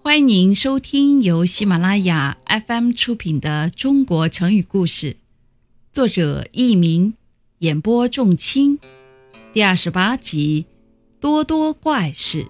欢迎您收听由喜马拉雅 FM 出品的中国成语故事，作者佚名，演播仲卿，第28集，多多怪事。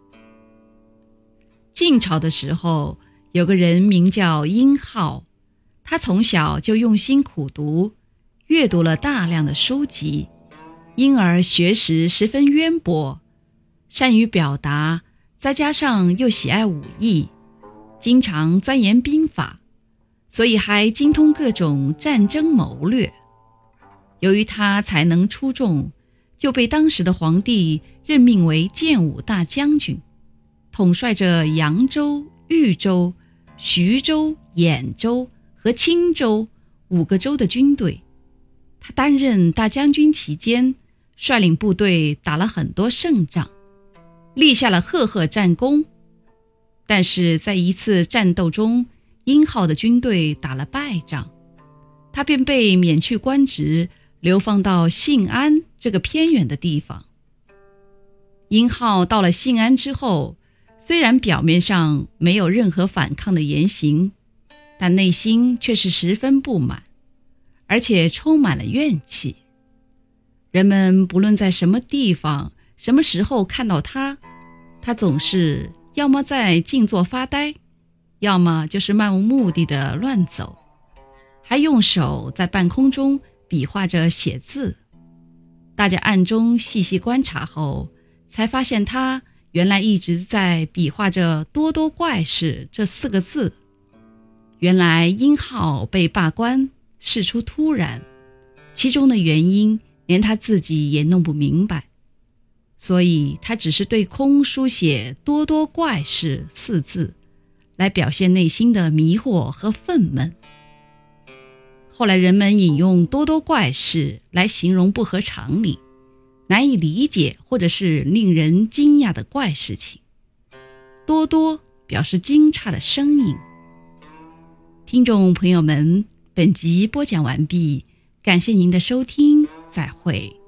晋朝的时候，有个人名叫殷浩，他从小就用心苦读，阅读了大量的书籍，因而学识十分渊博，善于表达，再加上又喜爱武艺，经常钻研兵法，所以还精通各种战争谋略。由于他才能出众，就被当时的皇帝任命为建武大将军，统帅着扬州、豫州、徐州、兖州和青州5个州的军队。他担任大将军期间，率领部队打了很多胜仗，立下了赫赫战功。但是在一次战斗中，殷浩的军队打了败仗，他便被免去官职，流放到信安这个偏远的地方。殷浩到了信安之后，虽然表面上没有任何反抗的言行，但内心却是十分不满，而且充满了怨气。人们不论在什么地方、什么时候看到他，他总是要么在静坐发呆，要么就是漫无目的的乱走，还用手在半空中比划着写字。大家暗中细细观察后，才发现他原来一直在比划着多多怪事这4个字。原来殷浩被罢官，事出突然，其中的原因连他自己也弄不明白，所以他只是对空书写多多怪事4字，来表现内心的迷惑和愤懑。后来人们引用多多怪事来形容不合常理、难以理解或者是令人惊讶的怪事情。多多表示惊诧的声音。听众朋友们，本集播讲完毕，感谢您的收听，再会。